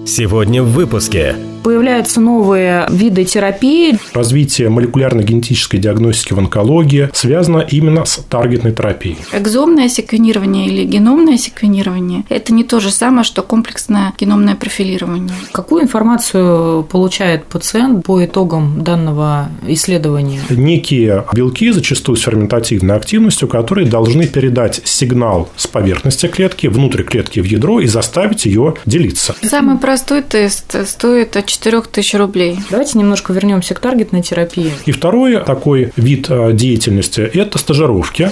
Сегодня в выпуске. Появляются новые виды терапии. Развитие молекулярно-генетической диагностики в онкологии связано именно с таргетной терапией. Экзомное секвенирование или геномное секвенирование – это не то же самое, что комплексное геномное профилирование. Какую информацию получает пациент по итогам данного исследования? Некие белки, зачастую с ферментативной активностью, которые должны передать сигнал с поверхности клетки внутрь клетки в ядро и заставить ее делиться. Самый простой тест стоит от 4000 рублей. Давайте немножко вернемся к таргетной терапии. И второй такой вид деятельности – это стажировки.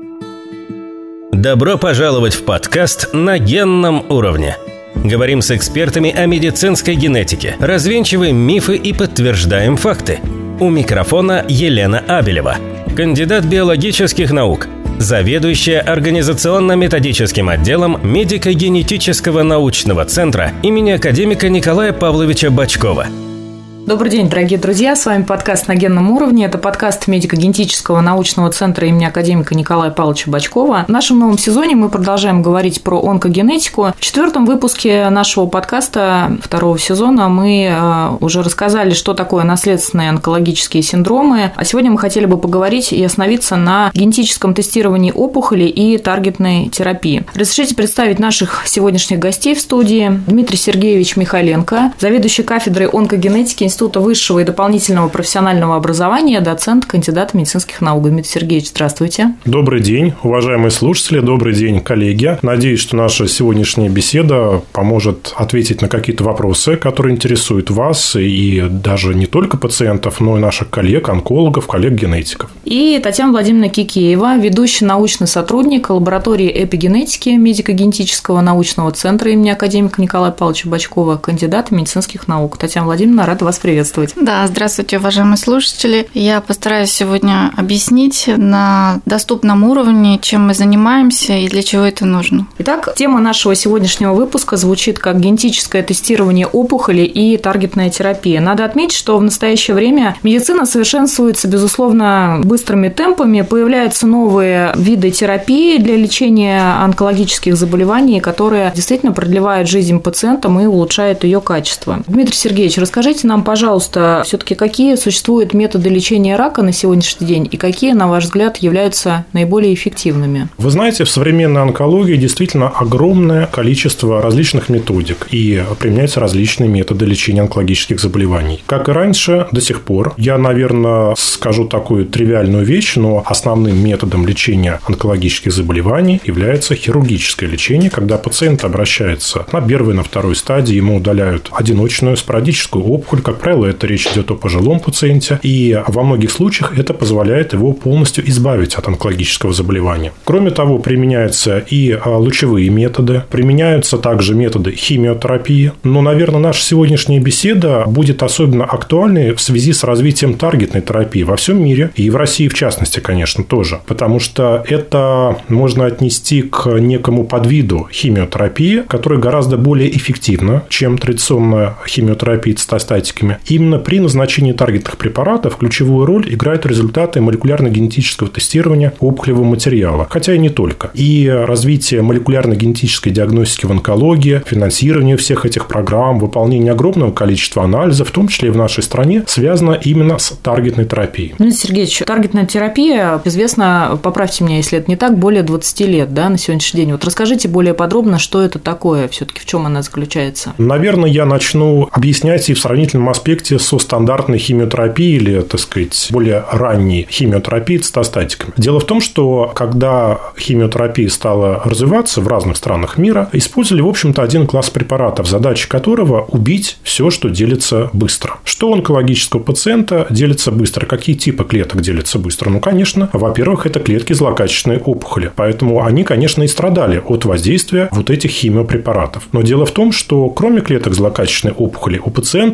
Добро пожаловать в подкаст «На генном уровне». Говорим с экспертами о медицинской генетике, развенчиваем мифы и подтверждаем факты. У микрофона Елена Абелева, кандидат биологических наук, заведующая организационно-методическим отделом медико-генетического научного центра имени академика Николая Павловича Бочкова. Добрый день, дорогие друзья, с вами подкаст «На генном уровне». Это подкаст медико-генетического научного центра имени академика Николая Павловича Бочкова. В нашем новом сезоне мы продолжаем говорить про онкогенетику. В 4-м выпуске нашего подкаста 2-го сезона мы уже рассказали, что такое наследственные онкологические синдромы. А сегодня мы хотели бы поговорить и остановиться на генетическом тестировании опухолей и таргетной терапии. Разрешите представить наших сегодняшних гостей в студии. Дмитрий Сергеевич Михайленко, заведующий кафедрой онкогенетики Института высшего и дополнительного профессионального образования, доцент, кандидат медицинских наук. Дмитрий Сергеевич, здравствуйте. Добрый день, уважаемые слушатели, добрый день, коллеги. Надеюсь, что наша сегодняшняя беседа поможет ответить на какие-то вопросы, которые интересуют вас и даже не только пациентов, но и наших коллег, онкологов, коллег-генетиков. И Татьяна Владимировна Кикеева, ведущий научный сотрудник лаборатории эпигенетики медико-генетического научного центра имени академика Николая Павловича Бочкова, кандидат медицинских наук. Татьяна Владимировна, рада вас приветствовать. Да, здравствуйте, уважаемые слушатели. Я постараюсь сегодня объяснить на доступном уровне, чем мы занимаемся и для чего это нужно. Итак, тема нашего сегодняшнего выпуска звучит как генетическое тестирование опухолей и таргетная терапия. Надо отметить, что в настоящее время медицина совершенствуется, безусловно, быстрыми темпами. Появляются новые виды терапии для лечения онкологических заболеваний, которые действительно продлевают жизнь пациентам и улучшают ее качество. Дмитрий Сергеевич, расскажите нам, пожалуйста, все-таки какие существуют методы лечения рака на сегодняшний день и какие, на ваш взгляд, являются наиболее эффективными? Вы знаете, в современной онкологии действительно огромное количество различных методик и применяются различные методы лечения онкологических заболеваний. Как и раньше, до сих пор, я, наверное, скажу такую тривиальную вещь, но основным методом лечения онкологических заболеваний является хирургическое лечение, когда пациент обращается на первой, на второй стадии, ему удаляют одиночную спорадическую опухоль. Как правило, это речь идет о пожилом пациенте, и во многих случаях это позволяет его полностью избавить от онкологического заболевания. Кроме того, применяются и лучевые методы, применяются также методы химиотерапии. Но, наверное, наша сегодняшняя беседа будет особенно актуальной в связи с развитием таргетной терапии во всем мире, и в России в частности, конечно, тоже. Потому что это можно отнести к некому подвиду химиотерапии, которая гораздо более эффективна, чем традиционная химиотерапия цитостатиками. Именно при назначении таргетных препаратов ключевую роль играют результаты молекулярно-генетического тестирования опухолевого материала, хотя и не только. И развитие молекулярно-генетической диагностики в онкологии, финансирование всех этих программ, выполнение огромного количества анализов, в том числе и в нашей стране, связано именно с таргетной терапией. Дмитрий Сергеевич, таргетная терапия известна, поправьте меня, если это не так, более 20 лет, да, на сегодняшний день. Вот расскажите более подробно, что это такое, все-таки в чем она заключается? Наверное, я начну объяснять и в сравнительном аспекте со стандартной химиотерапией или, так сказать, более ранней химиотерапией цитостатиками. Дело в том, что когда химиотерапия стала развиваться в разных странах мира, использовали, в общем-то, один класс препаратов, задача которого – убить все, что делится быстро. Что у онкологического пациента делится быстро? Какие типы клеток делятся быстро? Ну, конечно, во-первых, это клетки злокачественной опухоли. Поэтому они, конечно, и страдали от воздействия вот этих химиопрепаратов. Но дело в том, что кроме клеток злокачественной опухоли у пациента также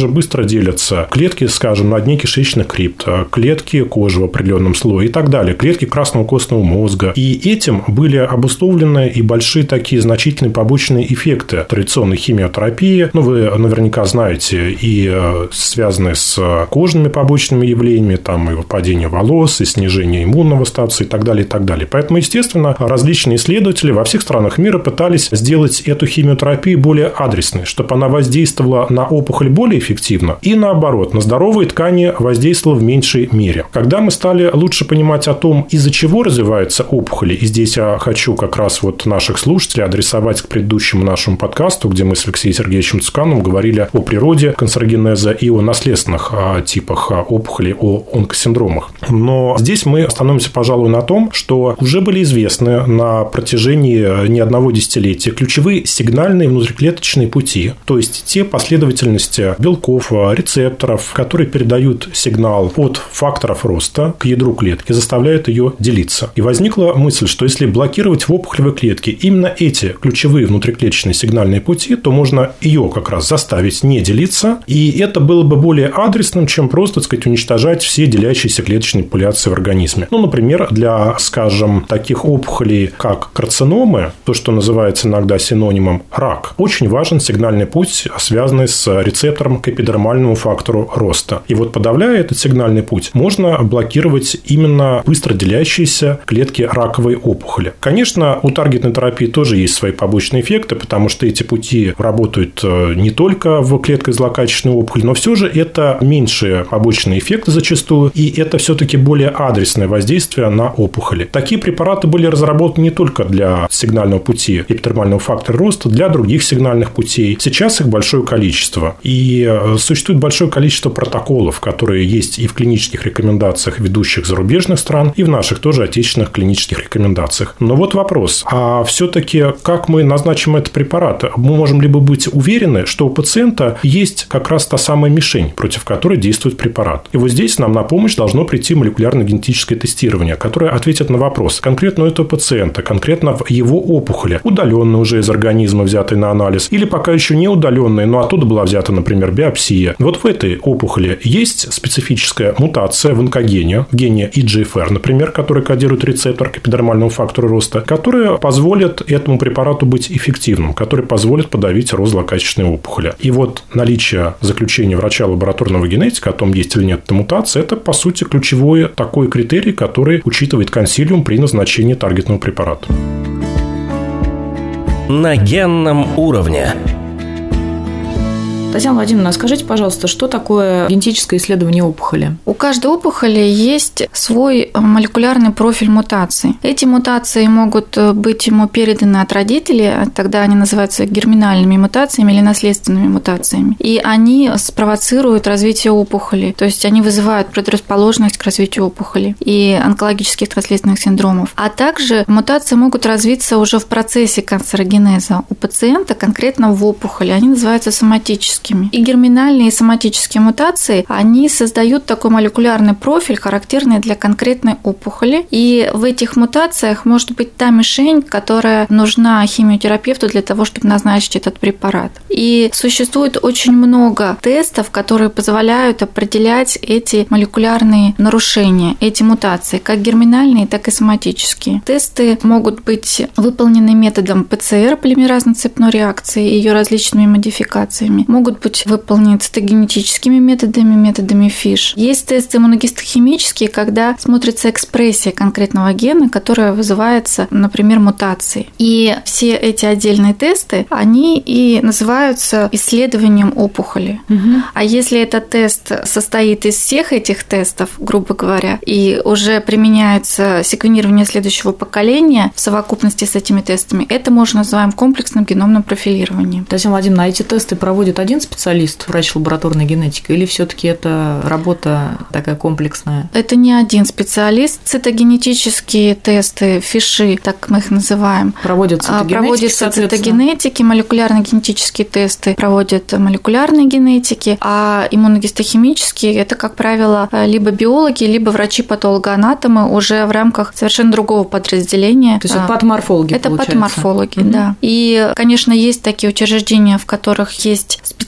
быстро делятся клетки, скажем, на дне кишечных крипт, клетки кожи в определенном слое и так далее, клетки красного костного мозга. И этим были обусловлены и большие такие значительные побочные эффекты традиционной химиотерапии. Вы наверняка знаете, и связанные с кожными побочными явлениями, там и выпадение волос, и снижение иммунного статуса и так далее, и так далее. Поэтому, естественно, различные исследователи во всех странах мира пытались сделать эту химиотерапию более адресной, чтобы она воздействовала на опухоль более эффективно и, наоборот, на здоровые ткани воздействовала в меньшей мере. Когда мы стали лучше понимать о том, из-за чего развиваются опухоли, и здесь я хочу как раз наших слушателей адресовать к предыдущему нашему подкасту, где мы с Алексеем Сергеевичем Цукановым говорили о природе канцерогенеза и о наследственных типах опухолей, о онкосиндромах. Но здесь мы остановимся, пожалуй, на том, что уже были известны на протяжении не одного десятилетия ключевые сигнальные внутриклеточные пути, то есть те последовательности белков, рецепторов, которые передают сигнал от факторов роста к ядру клетки, заставляют ее делиться. И возникла мысль, что если блокировать в опухолевой клетке именно эти ключевые внутриклеточные сигнальные пути, то можно ее как раз заставить не делиться, и это было бы более адресным, чем просто, так сказать, уничтожать все делящиеся клеточные популяции в организме. Например, для, скажем, таких опухолей, как карциномы, то, что называется иногда синонимом рак, очень важен сигнальный путь, связанный с рецептором к эпидермальному фактору роста. И подавляя этот сигнальный путь, можно блокировать именно быстро делящиеся клетки раковой опухоли. Конечно, у таргетной терапии тоже есть свои побочные эффекты, потому что эти пути работают не только в клетках злокачественной опухоли, но все же это меньшие побочные эффекты зачастую, и это все-таки более адресное воздействие на опухоли. Такие препараты были разработаны не только для сигнального пути эпидермального фактора роста, для других сигнальных путей. Сейчас их большое количество. И существует большое количество протоколов, которые есть и в клинических рекомендациях ведущих зарубежных стран, и в наших тоже отечественных клинических рекомендациях. Но вопрос, а все-таки как мы назначим этот препарат? Мы можем либо быть уверены, что у пациента есть как раз та самая мишень, против которой действует препарат. И здесь нам на помощь должно прийти молекулярно-генетическое тестирование, которое ответит на вопрос конкретно у этого пациента, конкретно в его опухоли, удаленной уже из организма, взятой на анализ, или пока еще не удаленной, но оттуда была взята, например, биопсия. В этой опухоли есть специфическая мутация в онкогене, в гене EGFR, например, который кодирует рецептор к эпидермальному фактору роста, которая позволит этому препарату быть эффективным, который позволит подавить рост злокачественной опухоли. И наличие заключения врача-лабораторного генетика о том, есть или нет эта мутация, это, по сути, ключевой такой критерий, который учитывает консилиум при назначении таргетного препарата. На генном уровне. Татьяна Владимировна, скажите, пожалуйста, что такое генетическое исследование опухоли? У каждой опухоли есть свой молекулярный профиль мутаций. Эти мутации могут быть ему переданы от родителей, тогда они называются герминальными мутациями или наследственными мутациями. И они спровоцируют развитие опухоли, то есть они вызывают предрасположенность к развитию опухоли и онкологических наследственных синдромов. А также мутации могут развиться уже в процессе канцерогенеза у пациента, конкретно в опухоли. Они называются соматическими. И герминальные и соматические мутации, они создают такой молекулярный профиль, характерный для конкретной опухоли. И в этих мутациях может быть та мишень, которая нужна химиотерапевту для того, чтобы назначить этот препарат. И существует очень много тестов, которые позволяют определять эти молекулярные нарушения, эти мутации, как герминальные, так и соматические. Тесты могут быть выполнены методом ПЦР, полимеразной цепной реакции, ее различными модификациями, могут быть выполнены цитогенетическими методами ФИШ. Есть тесты иммуногистохимические, когда смотрится экспрессия конкретного гена, которая вызывается, например, мутацией. И все эти отдельные тесты, они и называются исследованием опухоли. А если этот тест состоит из всех этих тестов, грубо говоря, и уже применяется секвенирование следующего поколения в совокупности с этими тестами, это мы уже называем комплексным геномным профилированием. Татьяна Владимировна, эти тесты проводит один специалист, врач лабораторной генетики, или все-таки это работа такая комплексная? Это не один специалист. Цитогенетические тесты, ФИШи, так мы их называем, проводятся цитогенетики, молекулярно-генетические тесты проводят молекулярные генетики, а иммуногистохимические – это, как правило, либо биологи, либо врачи-патологоанатомы уже в рамках совершенно другого подразделения. То есть это патоморфологи, это получается? Патоморфологи, да. И, конечно, есть такие учреждения, в которых есть специалисты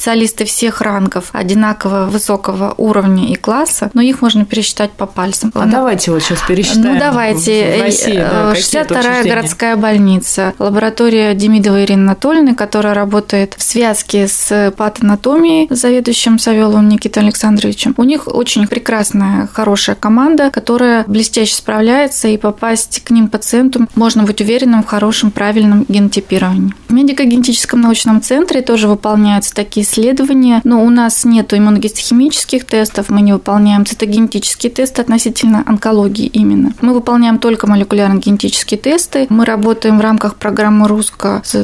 специалисты всех рангов одинаково высокого уровня и класса, но их можно пересчитать по пальцам. Давайте вот сейчас пересчитаем. Давайте. В России, 62-я городская больница, лаборатория Демидовой Ирины Анатольевны, которая работает в связке с патанатомией, заведующим Савеловым Никитой Александровичем. У них очень прекрасная, хорошая команда, которая блестяще справляется, и попасть к ним пациенту можно быть уверенным в хорошем, правильном генотипировании. В медико-генетическом научном центре тоже выполняются такие исследования, но у нас нет иммуногистохимических тестов, мы не выполняем цитогенетические тесты относительно онкологии именно. Мы выполняем только молекулярно-генетические тесты. Мы работаем в рамках программы «Русско» с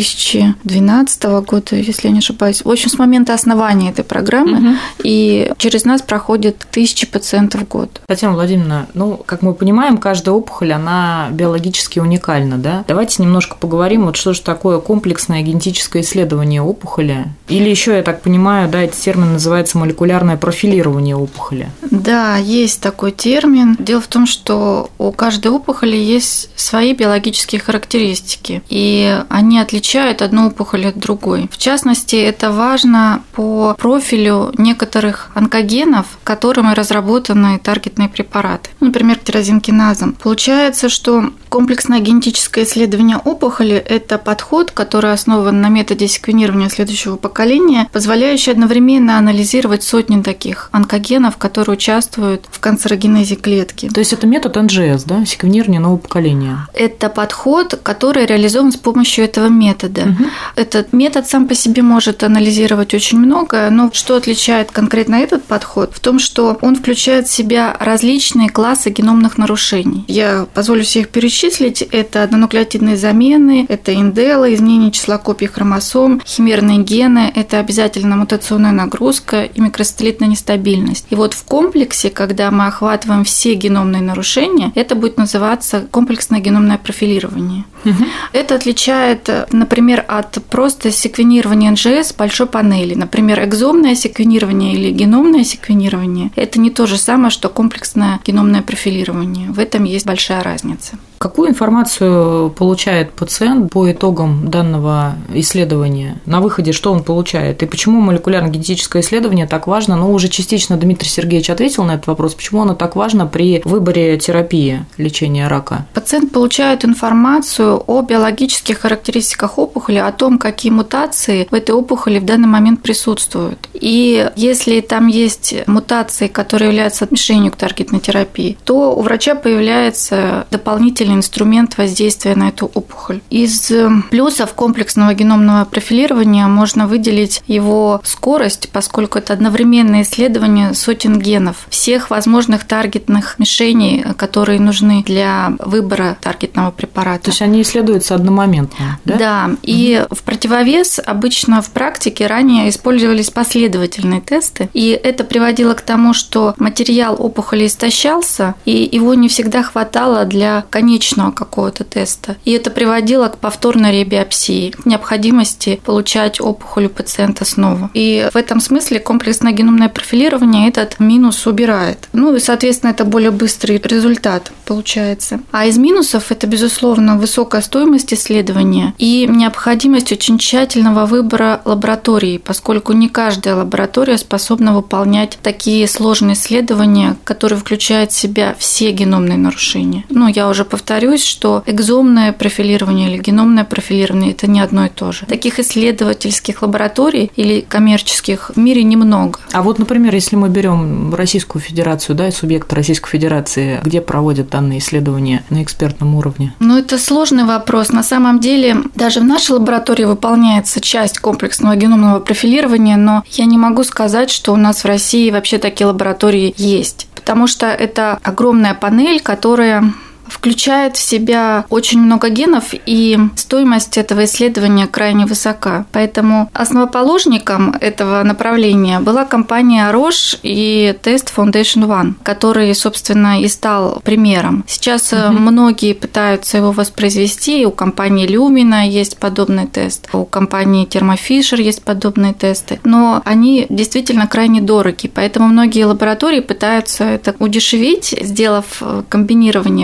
2012 года, если я не ошибаюсь. В общем, с момента основания этой программы, и через нас проходит 1000 пациентов в год. Татьяна Владимировна, как мы понимаем, каждая опухоль, она биологически уникальна, да? Давайте немножко поговорим, вот что же такое комплексное генетическое исследование опухоли. Или еще, я так понимаю, да, этот термин называется молекулярное профилирование опухоли. Да, есть такой термин. Дело в том, что у каждой опухоли есть свои биологические характеристики, и они отличают одну опухоль от другой. В частности, это важно по профилю некоторых онкогенов, которыми разработаны таргетные препараты, например, тирозинкиназом. Получается, что комплексное генетическое исследование опухоли – это подход, который основан на методе секвенирования следующего поколения, позволяющий одновременно анализировать сотни таких онкогенов, которые участвуют в канцерогенезе клетки. То есть это метод НЖС, да, секвенирование нового поколения? Это подход, который реализован с помощью этого метода. Этот метод сам по себе может анализировать очень многое, но что отличает конкретно этот подход? В том, что он включает в себя различные классы геномных нарушений. Я позволю себе их перечислить. Это однонуклеотидные замены, это инделы, изменение числа копий хромосом, химерные гены, это обязательно мутационная нагрузка и микросателлитная нестабильность. И вот в комплексе, когда мы охватываем все геномные нарушения, это будет называться комплексное геномное профилирование. Это отличает, например, от просто секвенирования НЖС большой панели. Например, экзомное секвенирование или геномное секвенирование – это не то же самое, что комплексное геномное профилирование. В этом есть большая разница. Какую информацию получает пациент по итогам данного исследования? На выходе что он получает? И почему молекулярно-генетическое исследование так важно? Уже частично Дмитрий Сергеевич ответил на этот вопрос. Почему оно так важно при выборе терапии лечения рака? Пациент получает информацию о биологических характеристиках опухоли, о том, какие мутации в этой опухоли в данный момент присутствуют. И если там есть мутации, которые являются мишенью к таргетной терапии, то у врача появляется дополнительный инструмент воздействия на эту опухоль. Из плюсов комплексного геномного профилирования можно выделить его скорость, поскольку это одновременное исследование сотен генов, всех возможных таргетных мишеней, которые нужны для выбора таргетного препарата. То есть они исследуются одномоментно, да? Да, и в противовес обычно в практике ранее использовались последовательные тесты, и это приводило к тому, что материал опухоли истощался, и его не всегда хватало для конечного какого-то теста. И это приводило к повторной ребиопсии, к необходимости получать опухоль у пациента снова. И в этом смысле комплексное геномное профилирование этот минус убирает. И, соответственно, это более быстрый результат получается. А из минусов это, безусловно, высокая стоимость исследования и необходимость очень тщательного выбора лаборатории, поскольку не каждая лаборатория способна выполнять такие сложные исследования, которые включают в себя все геномные нарушения. Я уже повторюсь, что экзомное профилирование или геномное профилирование – это не одно и то же. Таких исследовательских лабораторий или коммерческих в мире немного. А вот, например, если мы берем Российскую Федерацию, да, субъекты Российской Федерации, где проводят данные исследования на экспертном уровне? Это сложный вопрос. На самом деле, даже в нашей лаборатории выполняется часть комплексного геномного профилирования, но я не могу сказать, что у нас в России вообще такие лаборатории есть, потому что это огромная панель, которая включает в себя очень много генов, и стоимость этого исследования крайне высока. Поэтому основоположником этого направления была компания Roche и тест Foundation One, который, собственно, и стал примером. Сейчас многие пытаются его воспроизвести. У компании Lumina есть подобный тест, у компании Thermo Fisher есть подобные тесты, но они действительно крайне дороги, поэтому многие лаборатории пытаются это удешевить, сделав комбинирование панелей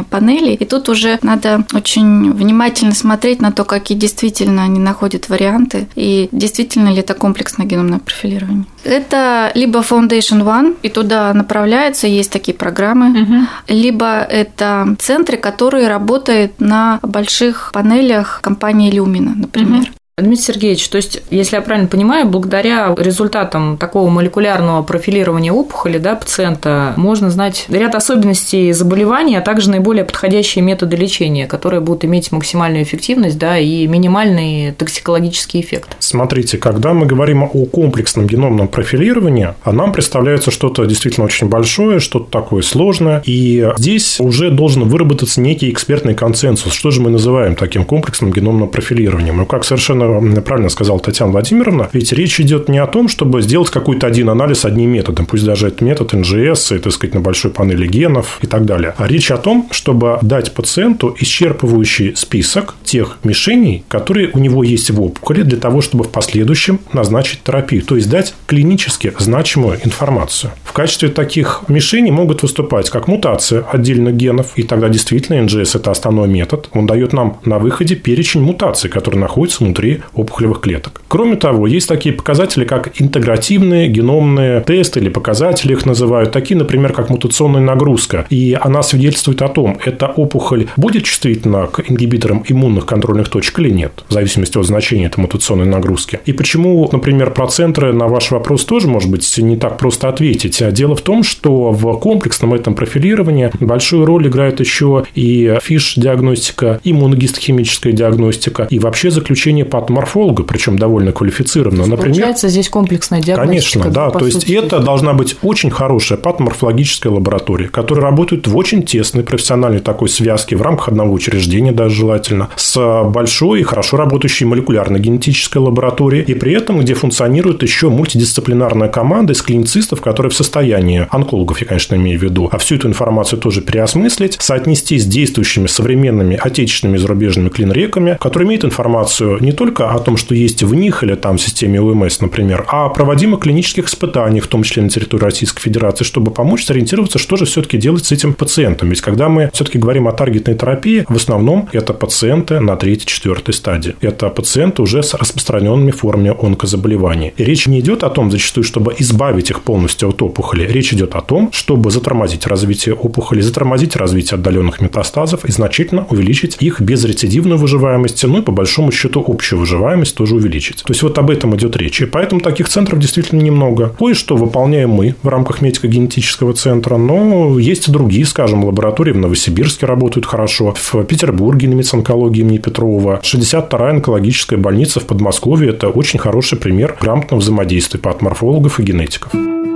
критерии. И тут уже надо очень внимательно смотреть на то, какие действительно они находят варианты, и действительно ли это комплексное геномное профилирование. Это либо Foundation One, и туда направляются, есть такие программы, либо это центры, которые работают на больших панелях компании Illumina, например. Дмитрий Сергеевич, то есть, если я правильно понимаю, благодаря результатам такого молекулярного профилирования опухоли, да, пациента, можно знать ряд особенностей заболевания, а также наиболее подходящие методы лечения, которые будут иметь максимальную эффективность, да, и минимальный токсикологический эффект. Смотрите, когда мы говорим о комплексном геномном профилировании, нам представляется что-то действительно очень большое, что-то такое сложное, и здесь уже должен выработаться некий экспертный консенсус. Что же мы называем таким комплексным геномным профилированием? Ну, как совершенно правильно сказала Татьяна Владимировна, ведь речь идет не о том, чтобы сделать какой-то один анализ одним методом, пусть даже это метод НЖС, и, так сказать, на большой панели генов и так далее, а речь о том, чтобы дать пациенту исчерпывающий список тех мишеней, которые у него есть в опухоли, для того, чтобы в последующем назначить терапию, то есть дать клинически значимую информацию. В качестве таких мишеней могут выступать как мутация отдельных генов, и тогда действительно НЖС – это основной метод, он дает нам на выходе перечень мутаций, которые находятся внутри опухолевых клеток. Кроме того, есть такие показатели, как интегративные геномные тесты или показатели их называют, такие, например, как мутационная нагрузка. И она свидетельствует о том, эта опухоль будет чувствительна к ингибиторам иммунных контрольных точек или нет, в зависимости от значения этой мутационной нагрузки. И почему, например, про центры на ваш вопрос тоже, может быть, не так просто ответить. Дело в том, что в комплексном этом профилировании большую роль играет еще и ФИШ-диагностика, иммуногистохимическая диагностика и вообще заключение патоморфолога, причем довольно квалифицированно. Например, получается, здесь комплексная диагностика. Конечно, да. То есть, это должна быть очень хорошая патоморфологическая лаборатория, которая работает в очень тесной профессиональной такой связке в рамках одного учреждения, даже желательно, с большой и хорошо работающей молекулярной генетической лабораторией, и при этом, где функционирует еще мультидисциплинарная команда из клиницистов, которые в состоянии, онкологов я, конечно, имею в виду, а всю эту информацию тоже переосмыслить, соотнести с действующими современными отечественными и зарубежными клинреками, которые имеют информацию не только о том, что есть в них или там в системе ОМС, например, а о проводимых клинических испытаниях, в том числе на территории Российской Федерации, чтобы помочь сориентироваться, что же все-таки делать с этим пациентом. Ведь когда мы все-таки говорим о таргетной терапии, в основном это пациенты на 3-4 стадии. Это пациенты уже с распространенными формами онкозаболеваний. И речь не идет о том, зачастую, чтобы избавить их полностью от опухоли. Речь идет о том, чтобы затормозить развитие опухоли, затормозить развитие отдаленных метастазов и значительно увеличить их безрецидивную выживаемость, ну и по большому счету общую выживаемость тоже увеличить. То есть, вот об этом идет речь. И поэтому таких центров действительно немного. Кое-что выполняем мы в рамках медико-генетического центра, но есть и другие, скажем, лаборатории в Новосибирске работают хорошо, в Петербурге на медонкологии имени Петрова, 62-я онкологическая больница в Подмосковье – это очень хороший пример грамотного взаимодействия патоморфологов и генетиков.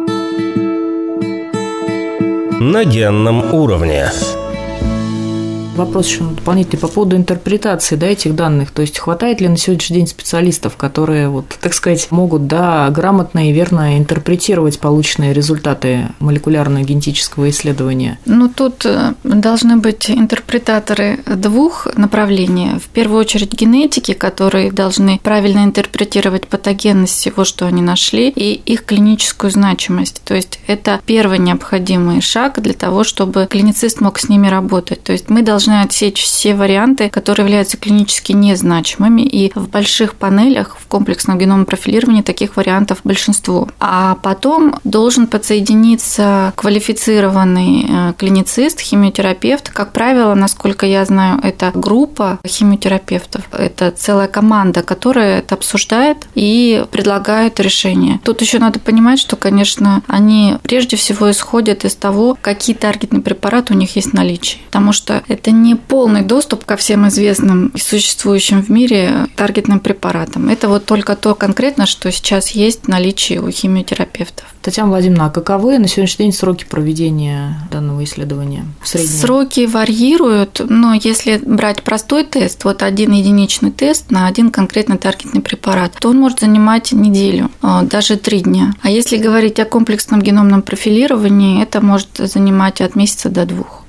На генном уровне. Вопрос еще дополнительный по поводу интерпретации, да, этих данных. То есть, хватает ли на сегодняшний день специалистов, которые, вот, так сказать, могут, да, грамотно и верно интерпретировать полученные результаты молекулярно-генетического исследования? Ну, тут должны быть интерпретаторы двух направлений. В первую очередь генетики, которые должны правильно интерпретировать патогенность всего, что они нашли, и их клиническую значимость. То есть, это первый необходимый шаг для того, чтобы клиницист мог с ними работать. То есть, мы должны отсечь все варианты, которые являются клинически незначимыми, и в больших панелях в комплексном геномном профилировании таких вариантов большинство. А потом должен подсоединиться квалифицированный клиницист, химиотерапевт. Как правило, насколько я знаю, это группа химиотерапевтов, это целая команда, которая это обсуждает и предлагает решения. Тут еще надо понимать, что, конечно, они прежде всего исходят из того, какие таргетные препараты у них есть в наличии, потому что это не полный доступ ко всем известным и существующим в мире таргетным препаратам. Это вот только то конкретно, что сейчас есть в наличии у химиотерапевтов. Татьяна Владимировна, а каковы на сегодняшний день сроки проведения данного исследования в среднем? Сроки варьируют, но если брать простой тест, вот один единичный тест на один конкретный таргетный препарат, то он может занимать неделю, даже 3 дня. А если говорить о комплексном геномном профилировании, это может занимать от месяца до 2.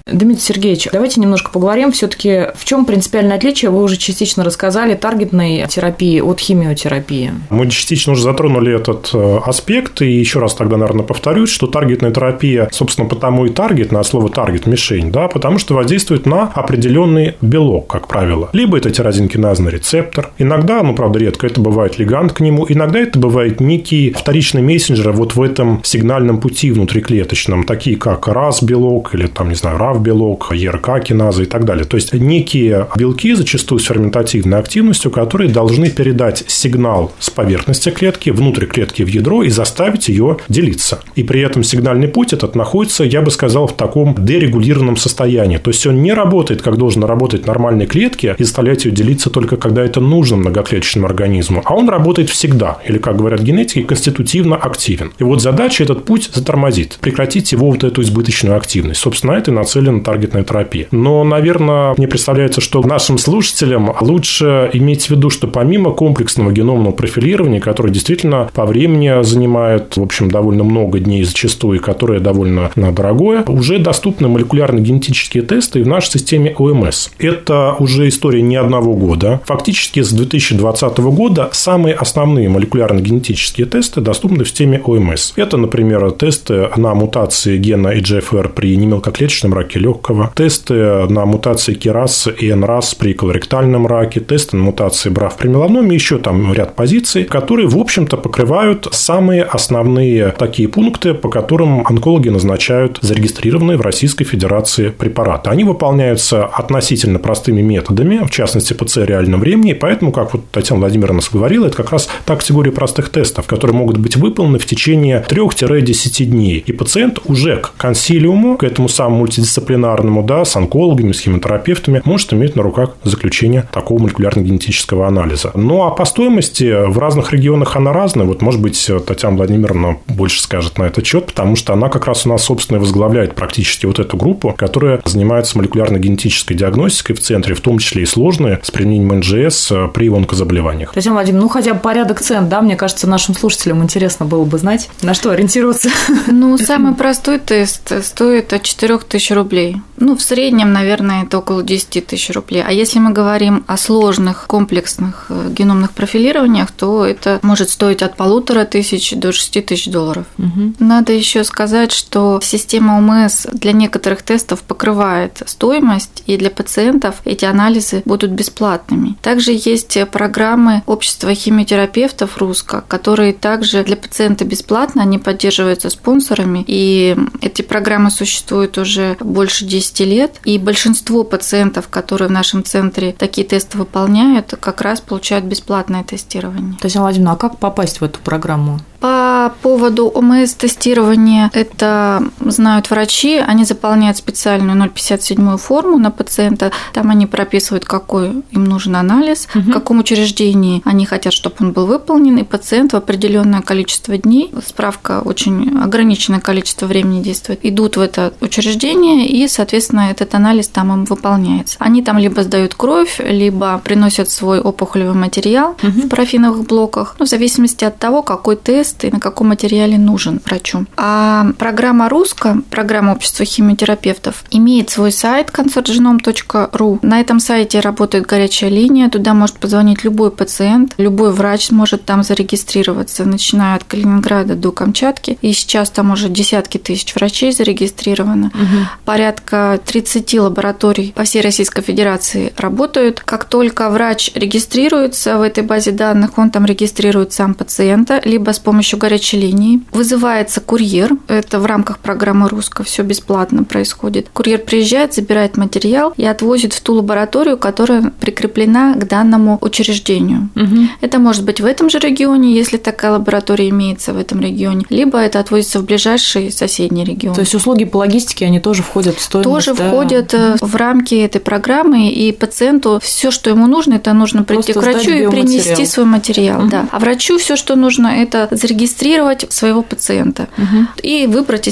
Дмитрий Сергеевич, давайте немножко поговорим все-таки, в чем принципиальное отличие, вы уже частично рассказали, таргетной терапии от химиотерапии. Мы частично уже затронули этот аспект, и еще раз тогда, наверное, повторюсь, что таргетная терапия, собственно, потому и таргетная, от слова таргет – мишень, да, потому что воздействует на определенный белок, как правило. Либо это тирозинкиназный рецептор, иногда, правда, редко, это бывает лиганд к нему, иногда это бывает некий вторичный мессенджер вот в этом сигнальном пути внутриклеточном, такие как RAS-белок или, RAF-белок, ERK-киназа и так далее. То есть, некие белки, зачастую с ферментативной активностью, которые должны передать сигнал с поверхности клетки внутрь клетки в ядро и заставить ее делиться. И при этом сигнальный путь этот находится, я бы сказал, в таком дерегулированном состоянии. То есть, он не работает, как должен работать в нормальной клетке, и заставлять ее делиться только когда это нужно многоклеточному организму. А он работает всегда, или, как говорят генетики, конститутивно активен. И вот задача этот путь затормозить, прекратить его вот эту избыточную активность. Собственно, это и нацелена таргетная терапия. Но, наверное, мне представляется, что нашим слушателям лучше иметь в виду, что помимо комплексного геномного профилирования, которое действительно по времени занимает, в общем, довольно много дней зачастую, и которое довольно дорогое, уже доступны молекулярно-генетические тесты в нашей системе ОМС. Это уже история не одного года. Фактически с 2020 года самые основные молекулярно-генетические тесты доступны в системе ОМС. Это, например, тесты на мутации гена EGFR при немелкоклеточном раке легкого, тесты на мутации KRAS и NRAS при колоректальном раке, тесты на мутации BRAF при меланоме, еще там ряд позиций, которые, в общем-то, покрывают самые основные такие пункты, по которым онкологи назначают зарегистрированные в Российской Федерации препараты. Они выполняются относительно простыми методами, в частности, ПЦР реального времени, и поэтому, как вот Татьяна Владимировна говорила, это как раз та категория простых тестов, которые могут быть выполнены в течение 3-10 дней. И пациент уже к консилиуму, к этому самому мультидисциплинарному, с онкологами, с химиотерапевтами, может иметь на руках заключение такого молекулярно-генетического анализа. Ну, а по стоимости в разных регионах она разная. Вот, может быть, Татьяна Владимировна больше скажет на этот счет, потому что она как раз у нас, собственно, возглавляет практически вот эту группу, которая занимается молекулярно-генетической диагностикой в центре, в том числе и сложные, с применением НЖС при онкозаболеваниях. Татьяна Владимировна, хотя бы порядок цен, мне кажется, нашим слушателям интересно было бы знать, на что ориентироваться. Самый простой тест стоит от 4000 рублей. В среднем, наверное, это около 10 тысяч рублей. А если мы говорим о сложных комплексных геномных профилированиях, то это может стоить от 1500 до 6000 долларов. Угу. Надо еще сказать, что система ОМС для некоторых тестов покрывает стоимость, и для пациентов эти анализы будут бесплатными. Также есть программы общества химиотерапевтов РУСКО, которые также для пациента бесплатно, они поддерживаются спонсорами, и эти программы существуют уже больше 10 лет, и большинство пациентов, которые в нашем центре такие тесты выполняют, как раз получают бесплатное тестирование. Татьяна Владимировна, а как попасть в эту программу? По поводу ОМС-тестирования, это знают врачи, они заполняют специальную 057 форму на пациента, там они прописывают, какой им нужен анализ, в каком учреждении они хотят, чтобы он был выполнен, и пациент в определенное количество дней, справка очень ограниченное количество времени действует, идут в это учреждение, и, соответственно, этот анализ там им выполняется. Они там либо сдают кровь, либо приносят свой опухолевый материал в парафиновых блоках, в зависимости от того, какой тест и на каком материале нужен врачу. А программа РУСКО, программа общества химиотерапевтов, имеет свой сайт concertgenome.ru. На этом сайте работает горячая линия, туда может позвонить любой пациент, любой врач сможет там зарегистрироваться, начиная от Калининграда до Камчатки. И сейчас там уже десятки тысяч врачей зарегистрировано. Порядка 30 лабораторий по всей Российской Федерации работают. Как только врач регистрируется в этой базе данных, он там регистрирует сам пациента, либо с помощью горячей линии. Вызывается курьер, это в рамках программы РУСКО, все бесплатно происходит. Курьер приезжает, забирает материал и отвозит в ту лабораторию, которая прикреплена к данному учреждению. Это может быть в этом же регионе, если такая лаборатория имеется в этом регионе, либо это отвозится в ближайший соседний регион. То есть услуги по логистике, они тоже входят в стоимость? Тоже входят в рамки этой программы, и пациенту все, что ему нужно, это нужно прийти к врачу и принести свой материал. Да. А врачу все, что нужно, это зарегистрировать своего пациента и выбрать, естественно,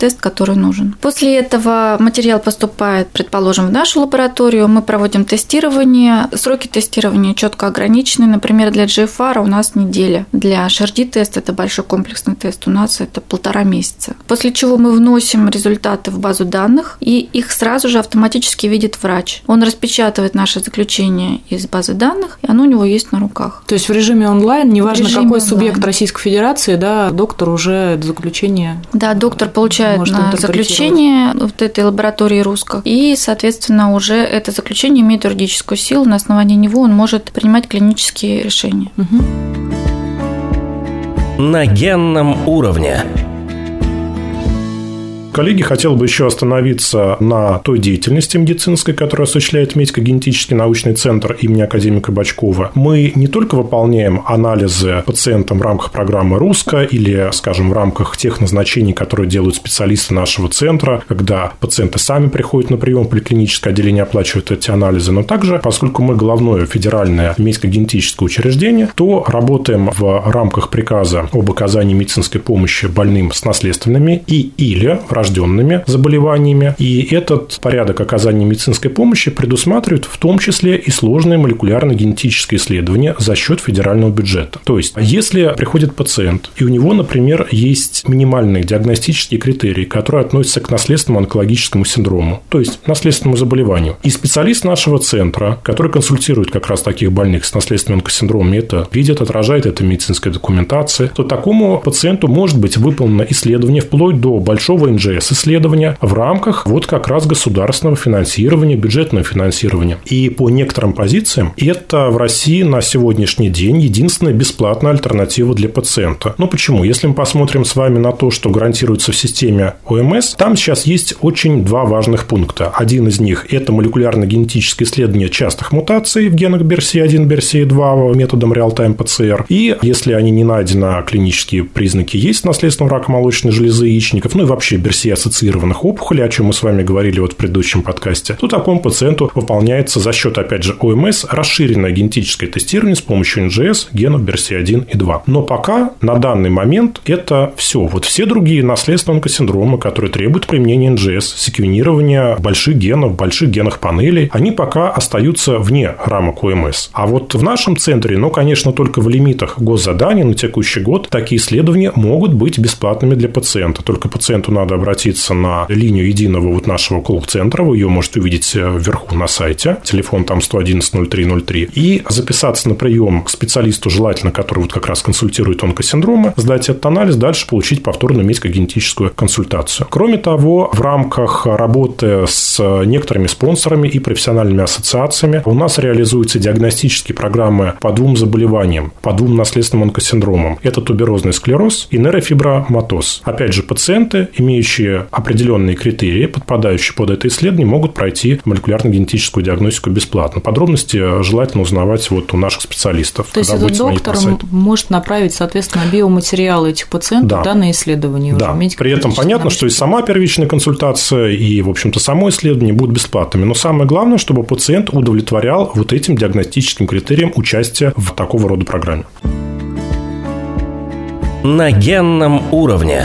тест, который нужен. После этого материал поступает, предположим, в нашу лабораторию, мы проводим тестирование. Сроки тестирования четко ограничены. Например, для GFR у нас неделя. Для HRD-теста, это большой комплексный тест, у нас это 1,5 месяца. После чего мы вносим результаты в базу данных, и их сразу же автоматически видит врач. Он распечатывает наше заключение из базы данных, и оно у него есть на руках. То есть в режиме онлайн, неважно какой субъект Российской Федерации, да, доктор уже заключение. Да, доктор получает заключение в этой лаборатории РУСКО, и, соответственно, уже это заключение имеет юридическую силу, на основании него он может принимать клинические решения. На генном уровне. Коллеги, хотел бы еще остановиться на той деятельности медицинской, которую осуществляет медико-генетический научный центр имени академика Бочкова. Мы не только выполняем анализы пациентам в рамках программы РУСКО или, скажем, в рамках тех назначений, которые делают специалисты нашего центра, когда пациенты сами приходят на прием в поликлиническое отделение, оплачивают эти анализы, но также, поскольку мы главное федеральное медико-генетическое учреждение, то работаем в рамках приказа об оказании медицинской помощи больным с наследственными или врожденными заболеваниями. И этот порядок оказания медицинской помощи предусматривает в том числе и сложные молекулярно-генетические исследования за счет федерального бюджета. То есть, если приходит пациент, и у него, например, есть минимальные диагностические критерии, которые относятся к наследственному онкологическому синдрому, то есть наследственному заболеванию, и специалист нашего центра, который консультирует как раз таких больных с наследственным онкосиндромом, это видит, отражает это в медицинской документации, то такому пациенту может быть выполнено исследование вплоть до большого исследования в рамках вот как раз государственного финансирования, бюджетного финансирования. И по некоторым позициям это в России на сегодняшний день единственная бесплатная альтернатива для пациента. Ну почему? Если мы посмотрим с вами на то, что гарантируется в системе ОМС, там сейчас есть очень два важных пункта. Один из них – это молекулярно-генетическое исследование частых мутаций в генах BRCA1, BRCA2 методом реал-тайм ПЦР. И если они не найдены, а клинические признаки есть наследственного рака молочной железы яичников, ну и вообще BRCA-ассоциированных опухолей, о чем мы с вами говорили вот в предыдущем подкасте, то такому пациенту выполняется за счет, опять же, ОМС расширенное генетическое тестирование с помощью НЖС генов BRCA1 и 2. Но пока на данный момент это все. Вот все другие наследственные онкосиндромы, которые требуют применения НЖС, секвенирования больших генах панелей, они пока остаются вне рамок ОМС. А вот в нашем центре, конечно, только в лимитах госзаданий на текущий год такие исследования могут быть бесплатными для пациента. Только пациенту надо обратиться на линию единого вот нашего колл-центра, вы ее можете увидеть вверху на сайте, телефон там 111-03-03, и записаться на прием к специалисту, желательно, который вот как раз консультирует онкосиндромы, сдать этот анализ, дальше получить повторную медико-генетическую консультацию. Кроме того, в рамках работы с некоторыми спонсорами и профессиональными ассоциациями у нас реализуются диагностические программы по двум заболеваниям, по двум наследственным онкосиндромам. Это туберозный склероз и нейрофиброматоз. Опять же, пациенты, имеющие определенные критерии, подпадающие под это исследование, могут пройти молекулярно-генетическую диагностику бесплатно. Подробности желательно узнавать вот у наших специалистов. То есть этот доктор может направить, соответственно, биоматериалы этих пациентов на исследование. Да. При этом понятно, что и сама первичная консультация, и, в общем-то, само исследование будут бесплатными. Но самое главное, чтобы пациент удовлетворял вот этим диагностическим критериям участия в такого рода программе. На генном уровне.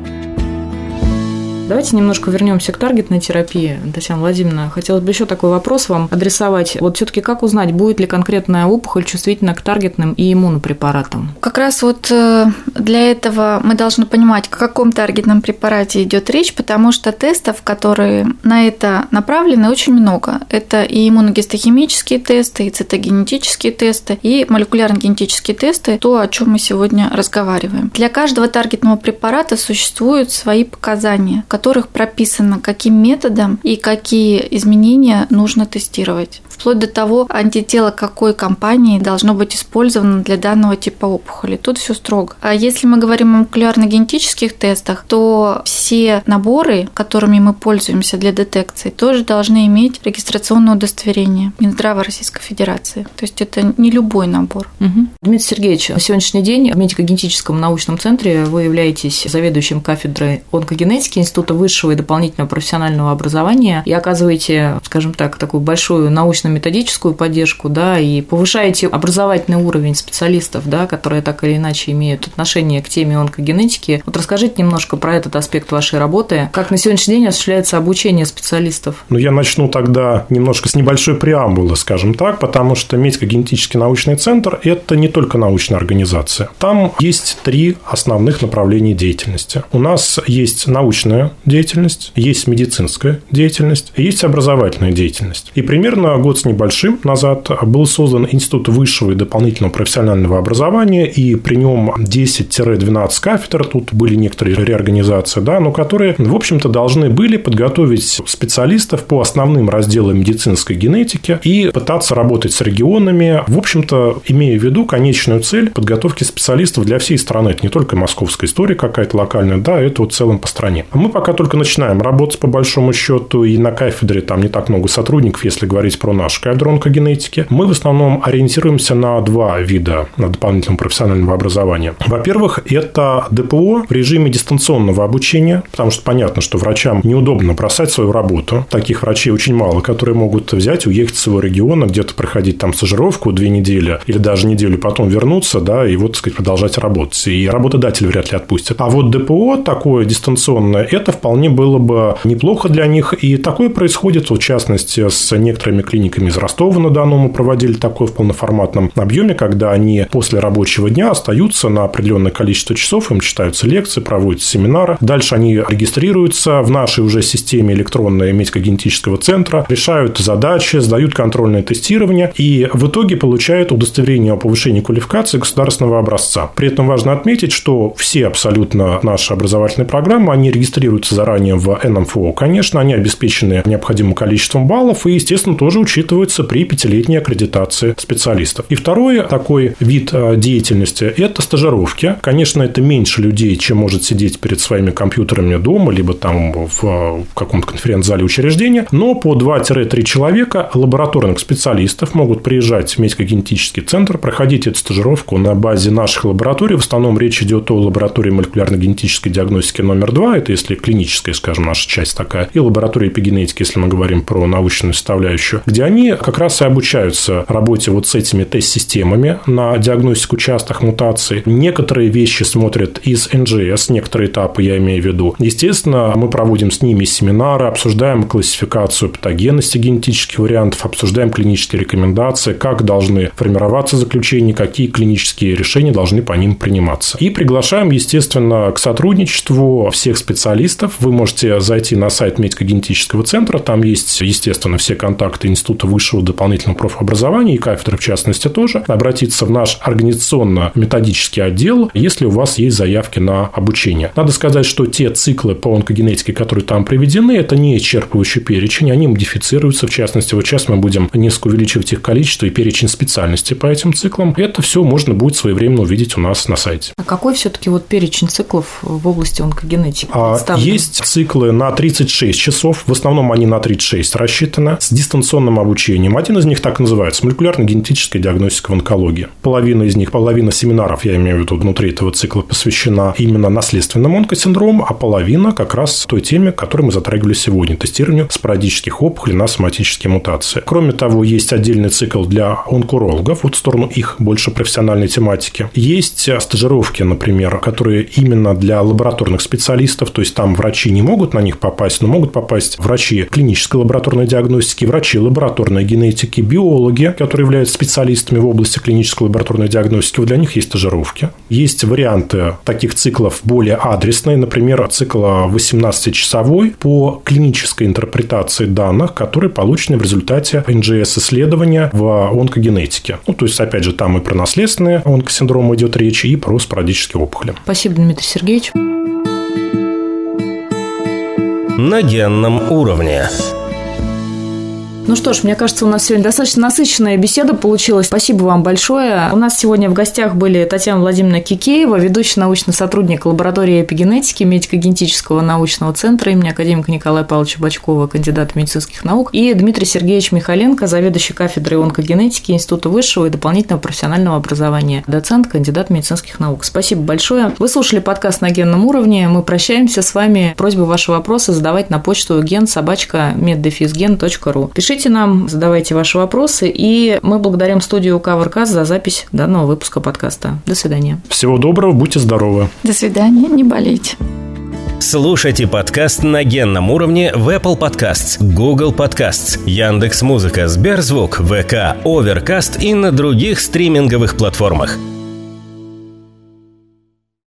Давайте немножко вернемся к таргетной терапии. Татьяна Владимировна, хотелось бы еще такой вопрос вам адресовать. Вот все-таки как узнать, будет ли конкретная опухоль чувствительна к таргетным и иммунопрепаратам? Как раз вот для этого мы должны понимать, о каком таргетном препарате идет речь, потому что тестов, которые на это направлены, очень много. Это и иммуногистохимические тесты, и цитогенетические тесты, и молекулярно-генетические тесты, то, о чем мы сегодня разговариваем. Для каждого таргетного препарата существуют свои показания, в которых прописано, каким методом и какие изменения нужно тестировать. Вплоть до того, антитело какой компании должно быть использовано для данного типа опухоли. Тут все строго. А если мы говорим о молекулярно-генетических тестах, то все наборы, которыми мы пользуемся для детекции, тоже должны иметь регистрационное удостоверение Минздрава Российской Федерации. То есть это не любой набор. Дмитрий Сергеевич, на сегодняшний день в медико-генетическом научном центре вы являетесь заведующим кафедрой онкогенетики Института высшего и дополнительного профессионального образования и оказываете, скажем так, такую большую научно научно-методическую поддержку, да, и повышаете образовательный уровень специалистов, да, которые так или иначе имеют отношение к теме онкогенетики. Вот расскажите немножко про этот аспект вашей работы. Как на сегодняшний день осуществляется обучение специалистов? Я начну тогда немножко с небольшой преамбулы, скажем так, потому что медико-генетический научный центр – это не только научная организация. Там есть 3 основных направления деятельности. У нас есть научная деятельность, есть медицинская деятельность, есть образовательная деятельность. И примерно год с небольшим назад был создан Институт высшего и дополнительного профессионального образования, и при нем 10-12 кафедр, тут были некоторые реорганизации, да, но которые, в общем-то, должны были подготовить специалистов по основным разделам медицинской генетики и пытаться работать с регионами, в общем-то, имея в виду конечную цель подготовки специалистов для всей страны. Это не только московская история какая-то локальная, да, это вот в целом по стране. Мы пока только начинаем работать, по большому счету, и на кафедре там не так много сотрудников, если говорить про нашу кафедру онкогенетики. Мы в основном ориентируемся на 2 вида дополнительного профессионального образования. Во-первых, это ДПО в режиме дистанционного обучения, потому что понятно, что врачам неудобно бросать свою работу. Таких врачей очень мало, которые могут взять, уехать из своего региона, где-то проходить там стажировку 2 недели или даже неделю, потом вернуться, да, и вот, так сказать, продолжать работать. И работодатель вряд ли отпустит. А вот ДПО такое дистанционное, это вполне было бы неплохо для них. И такое происходит, в частности, с некоторыми клиниками из Ростова-на-Дону. Мы проводили такое в полноформатном объеме, когда они после рабочего дня остаются на определенное количество часов, им читаются лекции, проводятся семинары. Дальше они регистрируются в нашей уже системе электронной медико-генетического центра, решают задачи, сдают контрольное тестирование и в итоге получают удостоверение о повышении квалификации государственного образца. При этом важно отметить, что все абсолютно наши образовательные программы, они регистрируются заранее в НМФО. Конечно, они обеспечены необходимым количеством баллов и, естественно, тоже учитываются при 5-летней аккредитации специалистов. И второй такой вид деятельности – это стажировки. Конечно, это меньше людей, чем может сидеть перед своими компьютерами дома, либо там в каком-то конференц-зале учреждения, но по 2-3 человека лабораторных специалистов могут приезжать в медико-генетический центр, проходить эту стажировку на базе наших лабораторий. В основном речь идет о лаборатории молекулярно-генетической диагностики номер 2, это если клиническая, скажем, наша часть такая, и лаборатории эпигенетики, если мы говорим про научную составляющую, где они как раз и обучаются работе вот с этими тест-системами на диагностику частых мутаций. Некоторые вещи смотрят из НЖС, некоторые этапы я имею в виду. Естественно, мы проводим с ними семинары, обсуждаем классификацию патогенности генетических вариантов, обсуждаем клинические рекомендации, как должны формироваться заключения, какие клинические решения должны по ним приниматься. И приглашаем, естественно, к сотрудничеству всех специалистов. Вы можете зайти на сайт медико-генетического центра, там есть, естественно, все контакты Института высшего дополнительного профобразования и кафедры, в частности, тоже. Обратиться в наш организационно-методический отдел, если у вас есть заявки на обучение. Надо сказать, что те циклы по онкогенетике, которые там приведены, это не исчерпывающий перечень, они модифицируются. В частности, вот сейчас мы будем несколько увеличивать их количество и перечень специальностей по этим циклам. Это все можно будет своевременно увидеть у нас на сайте. А какой все-таки вот перечень циклов в области онкогенетики? Есть циклы на 36 часов, в основном они на 36 рассчитаны, с дистанционным обучением. Один из них так и называется – молекулярно-генетическая диагностика в онкологии. Половина семинаров, я имею в виду, внутри этого цикла посвящена именно наследственным онкосиндрому, а половина как раз той теме, которую мы затрагивали сегодня – тестированию спорадических опухолей на соматические мутации. Кроме того, есть отдельный цикл для онкурологов, вот в сторону их больше профессиональной тематики. Есть стажировки, например, которые именно для лабораторных специалистов, то есть там врачи не могут на них попасть, но могут попасть врачи клинической лабораторной диагностики, врачи лабораторной генетики, биологи, которые являются специалистами в области клинической лабораторной диагностики. Вот для них есть стажировки. Есть варианты таких циклов более адресные, например, цикл 18-часовой по клинической интерпретации данных, которые получены в результате НЖС-исследования в онкогенетике. То есть, опять же, там и про наследственные онкосиндромы идет речь, и про спорадические опухоли. Спасибо, Дмитрий Сергеевич. На генном уровне. Ну что ж, мне кажется, у нас сегодня достаточно насыщенная беседа получилась. Спасибо вам большое. У нас сегодня в гостях были Татьяна Владимировна Кикеева, ведущий научный сотрудник лаборатории эпигенетики медико-генетического научного центра имени академика Николая Павловича Бочкова, кандидат медицинских наук, и Дмитрий Сергеевич Михаленко, заведующий кафедрой онкогенетики Института высшего и дополнительного профессионального образования, доцент, кандидат медицинских наук. Спасибо большое. Вы слушали подкаст «На генном уровне». Мы прощаемся с вами. Просьба ваши вопросы задавать на почту gen@meddefisgen.ru. Пишите Пишите нам, задавайте ваши вопросы, и мы благодарим студию CoverCast за запись данного выпуска подкаста. До свидания. Всего доброго, будьте здоровы. До свидания, не болейте. Слушайте подкаст на генном уровне в Apple Podcasts, Google Podcasts, Яндекс.Музыка, Сберзвук, ВК, Overcast и на других стриминговых платформах.